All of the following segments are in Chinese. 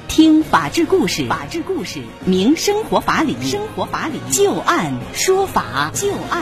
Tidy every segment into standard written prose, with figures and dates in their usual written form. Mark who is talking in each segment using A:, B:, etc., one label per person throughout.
A: 听法治故事，明生活法理，就案说法，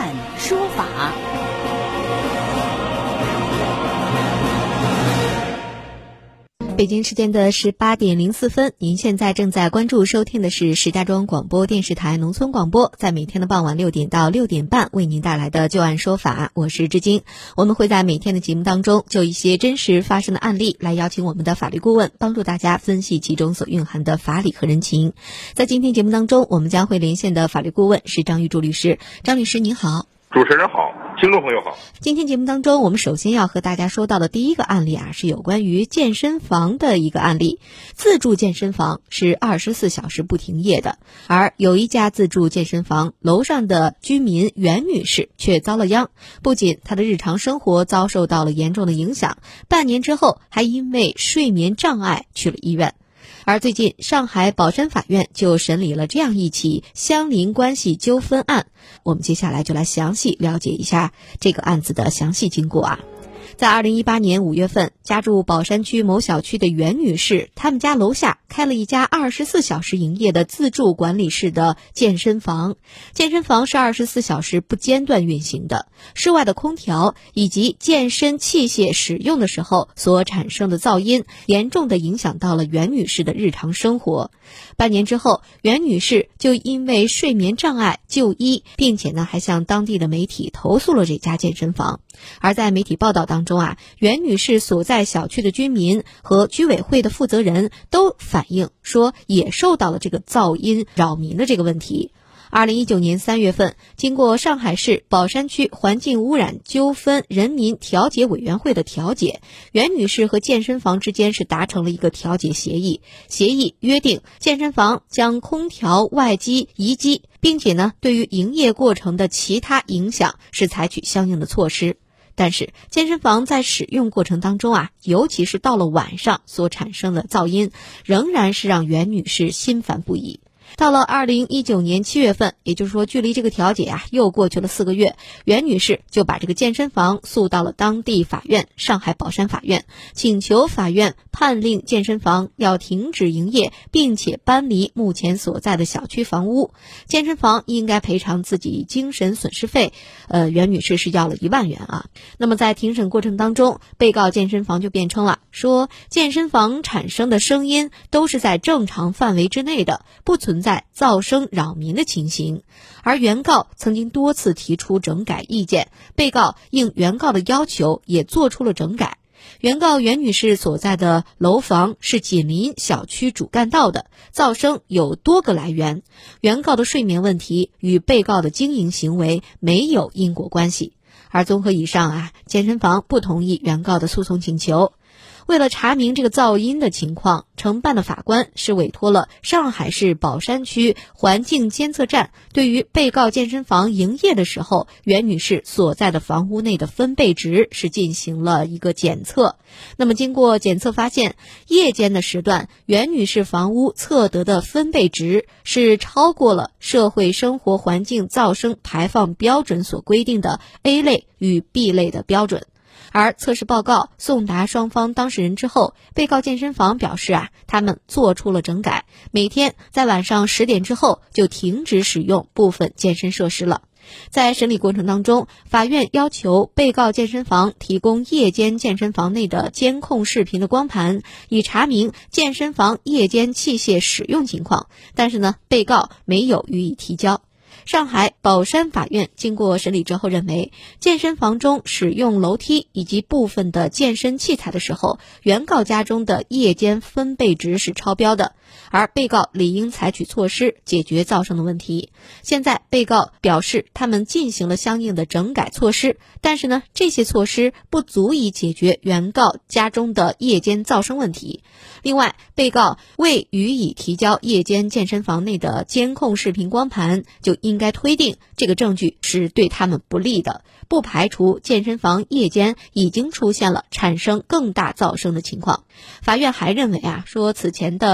B: 北京时间的18点04分，您现在正在关注收听的是石家庄广播电视台农村广播，在每天的傍晚6点到6点半为您带来的就案说法，我是知晶。我们会在每天的节目当中就一些真实发生的案例来邀请我们的法律顾问帮助大家分析其中所蕴含的法理和人情。在今天节目当中，我们将会连线的法律顾问是张玉柱律师。张律师您好。
C: 主持人好，听众朋友好。
B: 今天节目当中，我们首先要和大家说到的第一个案例是有关于健身房的一个案例。自助健身房是24小时不停业的，而有一家自助健身房楼上的居民袁女士却遭了殃，不仅她的日常生活遭受到了严重的影响，半年之后还因为睡眠障碍去了医院。而最近上海宝山法院就审理了这样一起相邻关系纠纷案，我们接下来就来详细了解一下这个案子的详细经过在2018年5月份，家住宝山区某小区的袁女士，他们家楼下开了一家24小时营业的自助管理式的健身房。健身房是24小时不间断运行的，室外的空调以及健身器械使用的时候所产生的噪音，严重的影响到了袁女士的日常生活。半年之后，袁女士就因为睡眠障碍就医，并且还向当地的媒体投诉了这家健身房。而在媒体报道当中袁女士所在小区的居民和居委会的负责人都反映说，也受到了这个噪音扰民的这个问题。2019年3月份，经过上海市宝山区环境污染纠纷人民调解委员会的调解，袁女士和健身房之间是达成了一个调解协议。协议约定，健身房将空调外机移机，并且对于营业过程的其他影响是采取相应的措施。但是健身房在使用过程当中尤其是到了晚上所产生的噪音，仍然是让袁女士心烦不已。到了2019年7月份，也就是说距离这个调解又过去了4个月，袁女士就把这个健身房诉到了当地法院上海宝山法院，请求法院判令健身房要停止营业，并且搬离目前所在的小区房屋。健身房应该赔偿自己精神损失费，袁女士是要了1万元那么在庭审过程当中，被告健身房就辩称了，说健身房产生的声音都是在正常范围之内的，不存在噪声扰民的情形。而原告曾经多次提出整改意见，被告应原告的要求也做出了整改。原告袁女士所在的楼房是紧邻小区主干道的，噪声有多个来源，原告的睡眠问题与被告的经营行为没有因果关系。而综合以上健身房不同意原告的诉讼请求。为了查明这个噪音的情况，承办的法官是委托了上海市宝山区环境监测站，对于被告健身房营业的时候袁女士所在的房屋内的分贝值是进行了一个检测。那么经过检测发现，夜间的时段袁女士房屋测得的分贝值是超过了社会生活环境噪声排放标准所规定的 A 类与 B 类的标准。而测试报告送达双方当事人之后，被告健身房表示他们做出了整改，每天在晚上10点之后就停止使用部分健身设施了。在审理过程当中，法院要求被告健身房提供夜间健身房内的监控视频的光盘，以查明健身房夜间器械使用情况，但是被告没有予以提交。上海宝山法院经过审理之后认为，健身房中使用楼梯以及部分的健身器材的时候，原告家中的夜间分贝值是超标的，而被告理应采取措施解决噪声的问题。现在被告表示他们进行了相应的整改措施，但是这些措施不足以解决原告家中的夜间噪声问题。另外，被告未予以提交夜间健身房内的监控视频光盘，就应该推定这个证据是对他们不利的，不排除健身房夜间已经出现了产生更大噪声的情况。法院还认为说此前的调解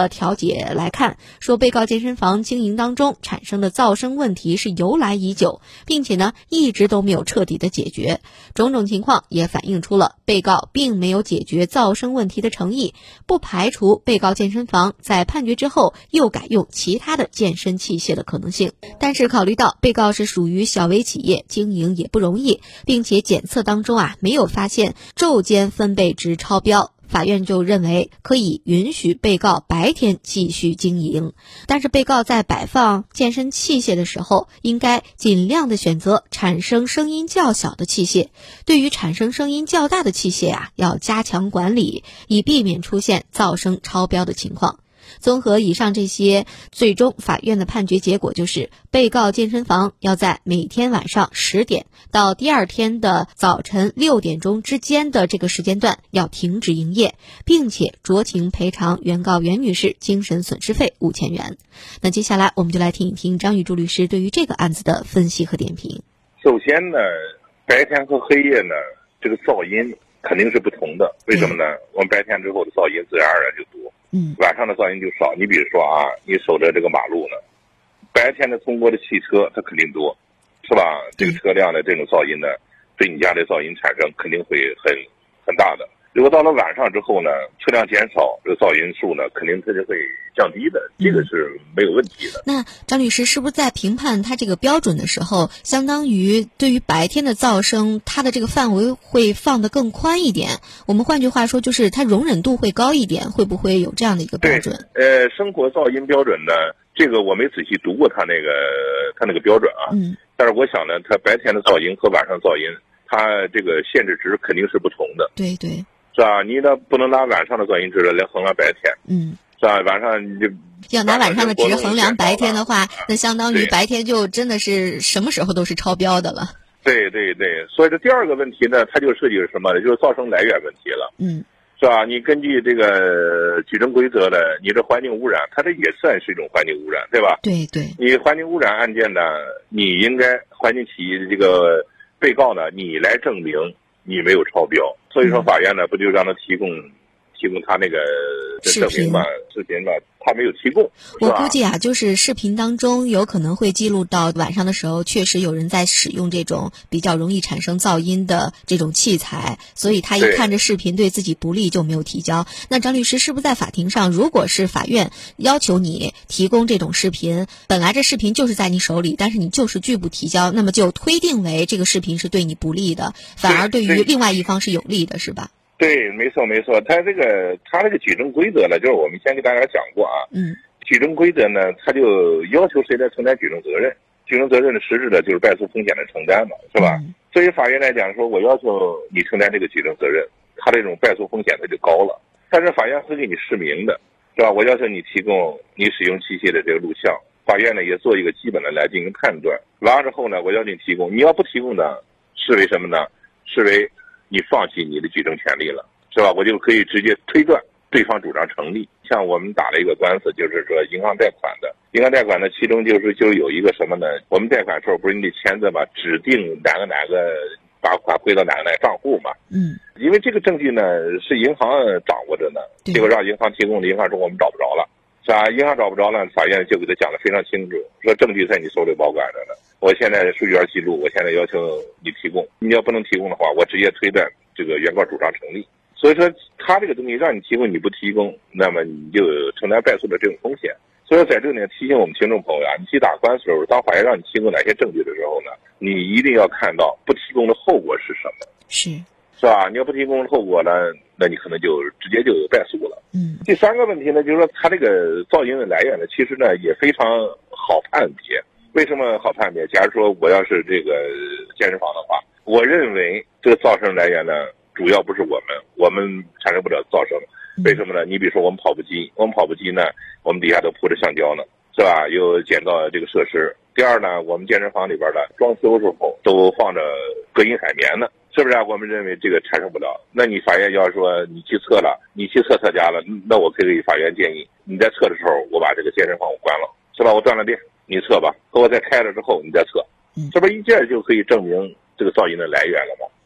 B: 解来看，说被告健身房经营当中产生的噪声问题是由来已久，并且呢一直都没有彻底的解决。种种情况也反映出了被告并没有解决噪声问题的诚意，不排除被告健身房在判决之后又改用其他的健身器械的可能性。但是考虑到被告是属于小微企业，经营也不容易，并且检测当中没有发现昼间分贝值超标，法院就认为可以允许被告白天继续经营。但是被告在摆放健身器械的时候，应该尽量的选择产生声音较小的器械，对于产生声音较大的器械要加强管理，以避免出现噪声超标的情况。综合以上这些，最终法院的判决结果就是，被告健身房要在每天晚上10点到第二天的早晨6点钟之间的这个时间段要停止营业，并且酌情赔偿原告袁女士精神损失费5000元。那接下来我们就来听一听张玉柱律师对于这个案子的分析和点评。
C: 首先呢，白天和黑夜呢，这个噪音肯定是不同的。为什么呢？我们白天之后的噪音自然而然就多，晚上的噪音就少。你比如说你守着这个马路呢，白天的通过的汽车它肯定多，是吧？这个车辆的这种噪音呢，对你家的噪音产生肯定会很大的。如果到了晚上之后呢，车辆减少，这个噪音数呢，肯定它就会降低的，这个是没有问题的。
B: 那张律师是不是在评判它这个标准的时候，相当于对于白天的噪声，它的这个范围会放得更宽一点？我们换句话说，就是它容忍度会高一点，会不会有这样的一个标准？
C: 生活噪音标准呢，这个我没仔细读过它那个标准但是我想呢，它白天的噪音和晚上噪音，它这个限制值肯定是不同的。
B: 对，
C: 是吧？你呢不能拿晚上的噪音值来衡量白天，是吧？晚上你就
B: 要拿晚上的值衡量白天的话，那相当于白天就真的是什么时候都是超标的了。
C: 对，所以这第二个问题呢，它就涉及什么呢？就是噪声来源问题了，是吧？你根据这个举证规则呢，你这环境污染，它这也算是一种环境污染，对吧？
B: 对，
C: 你环境污染案件呢，你应该环境企业的这个被告呢，你来证明你没有超标。所以说法院呢，不就让他提供他那个证明嘛，视频嘛，他没有提供。
B: 我估计就是视频当中有可能会记录到晚上的时候，确实有人在使用这种比较容易产生噪音的这种器材，所以他一看这视频对自己不利就没有提交。那张律师是不是在法庭上，如果是法院要求你提供这种视频，本来这视频就是在你手里，但是你就是拒不提交，那么就推定为这个视频是对你不利的，反而对于另外一方是有利的，是吧？
C: 对，没错。他这个举证规则呢，就是我们先给大家讲过举证规则呢，他就要求谁来承担举证责任。举证责任的实质呢，就是败诉风险的承担嘛，是吧？所以法院来讲说，我要求你承担这个举证责任，他这种败诉风险它就高了。但是法院会给你示明的，是吧？我要求你提供你使用器械的这个录像，法院呢也做一个基本的来进行判断。完了之后呢，我要求你提供，你要不提供呢，视为什么呢？视为你放弃你的举证权利了，是吧？我就可以直接推断对方主张成立。像我们打了一个官司，就是说银行贷款的，其中就有一个什么呢？我们贷款时候不是你得签字嘛，指定哪个把款汇到哪个账户嘛。因为这个证据呢是银行掌握着呢，结果让银行提供的，银行说我们找不着了，是吧？银行找不着了，法院就给他讲得非常清楚，说证据在你手里保管着呢。我现在数据员记录，我现在要求你提供，你要不能提供的话，我直接推断这个原告主张成立。所以说他这个东西让你提供，你不提供，那么你就承担败诉的这种风险。所以说在这里呢，提醒我们听众朋友你去打官司的时候，当法院让你提供哪些证据的时候呢，你一定要看到不提供的后果是什么，是吧？你要不提供的后果呢，那你可能就直接就败诉了。第三个问题呢，就是说他这个噪音的来源呢，其实呢也非常好判别。为什么好判别？假如说我要是这个健身房的话，我认为这个噪声来源呢，主要不是我们产生不了噪声。为什么呢？你比如说我们跑步机呢，我们底下都铺着橡胶呢，是吧？有减噪这个设施。第二呢，我们健身房里边的装修时候都放着隔音海绵呢，是不是我们认为这个产生不了。那你法院要说你去测了，你去测家了，那我可以给法院建议，你在测的时候我把这个健身房我关了，是吧？我断了电，你测吧，和我再开了之后你再测，这不一件就可以证明这个噪音的来源了吗？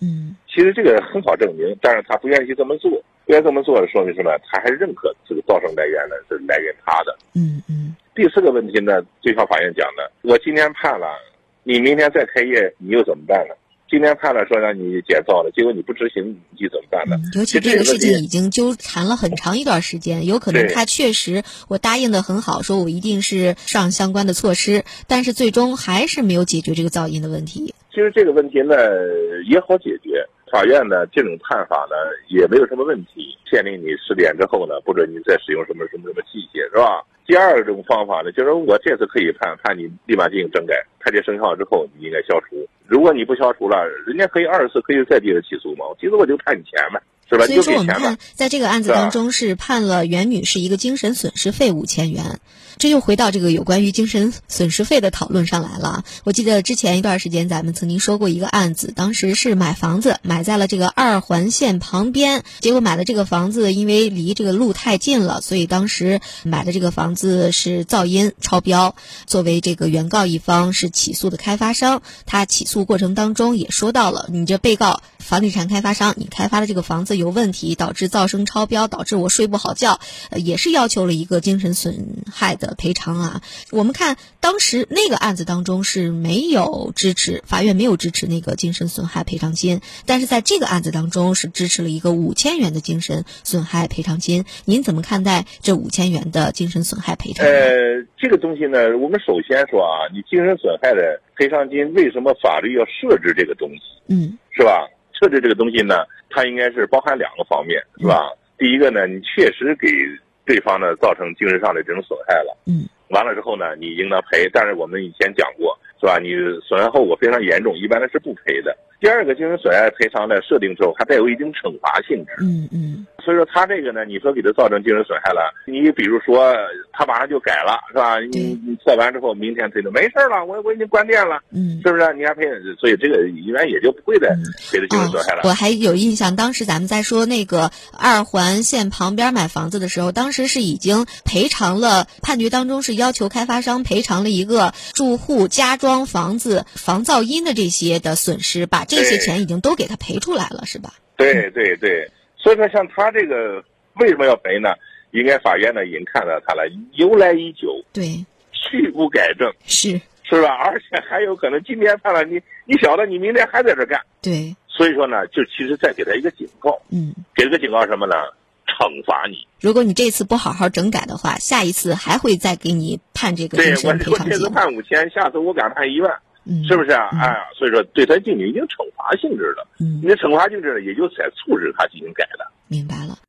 C: 其实这个很好证明，但是他不愿意这么做，不愿意这么做，说明什么？他还认可这个噪声来源呢是来源他的。第4个问题呢，最高法院讲的，我今天判了，你明天再开业，你又怎么办呢？今天判了说让你减噪了，结果你不执行，你怎么办呢？
B: 尤其这个事情已经纠缠了很长一段时间，有可能他确实我答应的很好，说我一定是上相关的措施，但是最终还是没有解决这个噪音的问题。
C: 其实这个问题呢也好解决，法院呢这种判法呢也没有什么问题，限令你10点之后呢不准你再使用什么器械，是吧？第2种方法呢，就是我这次可以判你立马进行整改，判决生效之后你应该消除。如果你不消除了，人家可以2次可以再接着起诉嘛，其实我就判你钱嘛，是吧？
B: 所以说我们看在这个案子当中是判了袁女士一个精神损失费5000元。这又回到这个有关于精神损失费的讨论上来了。我记得之前一段时间咱们曾经说过一个案子，当时是买房子买在了这个2环线旁边，结果买的这个房子因为离这个路太近了，所以当时买的这个房子是噪音超标。作为这个原告一方是起诉的开发商，他起诉过程当中也说到了，你这被告房地产开发商，你开发的这个房子有问题，导致噪声超标，导致我睡不好觉，也是要求了一个精神损害的赔偿啊。我们看当时那个案子当中是没有支持，法院没有支持那个精神损害赔偿金，但是在这个案子当中是支持了一个5000元的精神损害赔偿金。您怎么看待这5000元的精神损害赔偿？
C: 这个东西呢，我们首先说啊，你精神损害的赔偿金为什么法律要设置这个东西？是吧？设置这个东西呢，它应该是包含2个方面，是吧？第一个呢，你确实给对方呢造成精神上的这种损害了，完了之后呢，你应当赔。但是我们以前讲过，是吧？你损害后果非常严重，一般的是不赔的。第2个精神损害赔偿的设定之后，它带有一定惩罚性质。所以说他这个呢，你说给他造成精神损害了，你比如说他马上就改了，是吧？你测完之后，明天推的没事了，我已经关店了，是不是？你还赔？所以这个一般也就不会再给他精神损害了。
B: 我还有印象，当时咱们在说那个2环线旁边买房子的时候，当时是已经赔偿了，判决当中是要求开发商赔偿了一个住户加装房子防噪音的这些的损失，把这些钱已经都给他赔出来了，是吧？
C: 对。所以说像他这个为什么要赔呢？应该法院呢已经看到他了，由来已久，
B: 对，
C: 去不改正，
B: 是
C: 吧？而且还有可能今天判了你晓得你明天还在这干，
B: 对。
C: 所以说呢，就其实再给他一个警告，给了个警告什么呢？惩罚你。
B: 如果你这次不好好整改的话，下一次还会再给你判这个精神赔偿金。
C: 我这次判5000，下次我敢判1万。是不是啊？所以说对他进行一定惩罚性质的，你的惩罚性质呢，也就在促使他进行改的。
B: 明白了。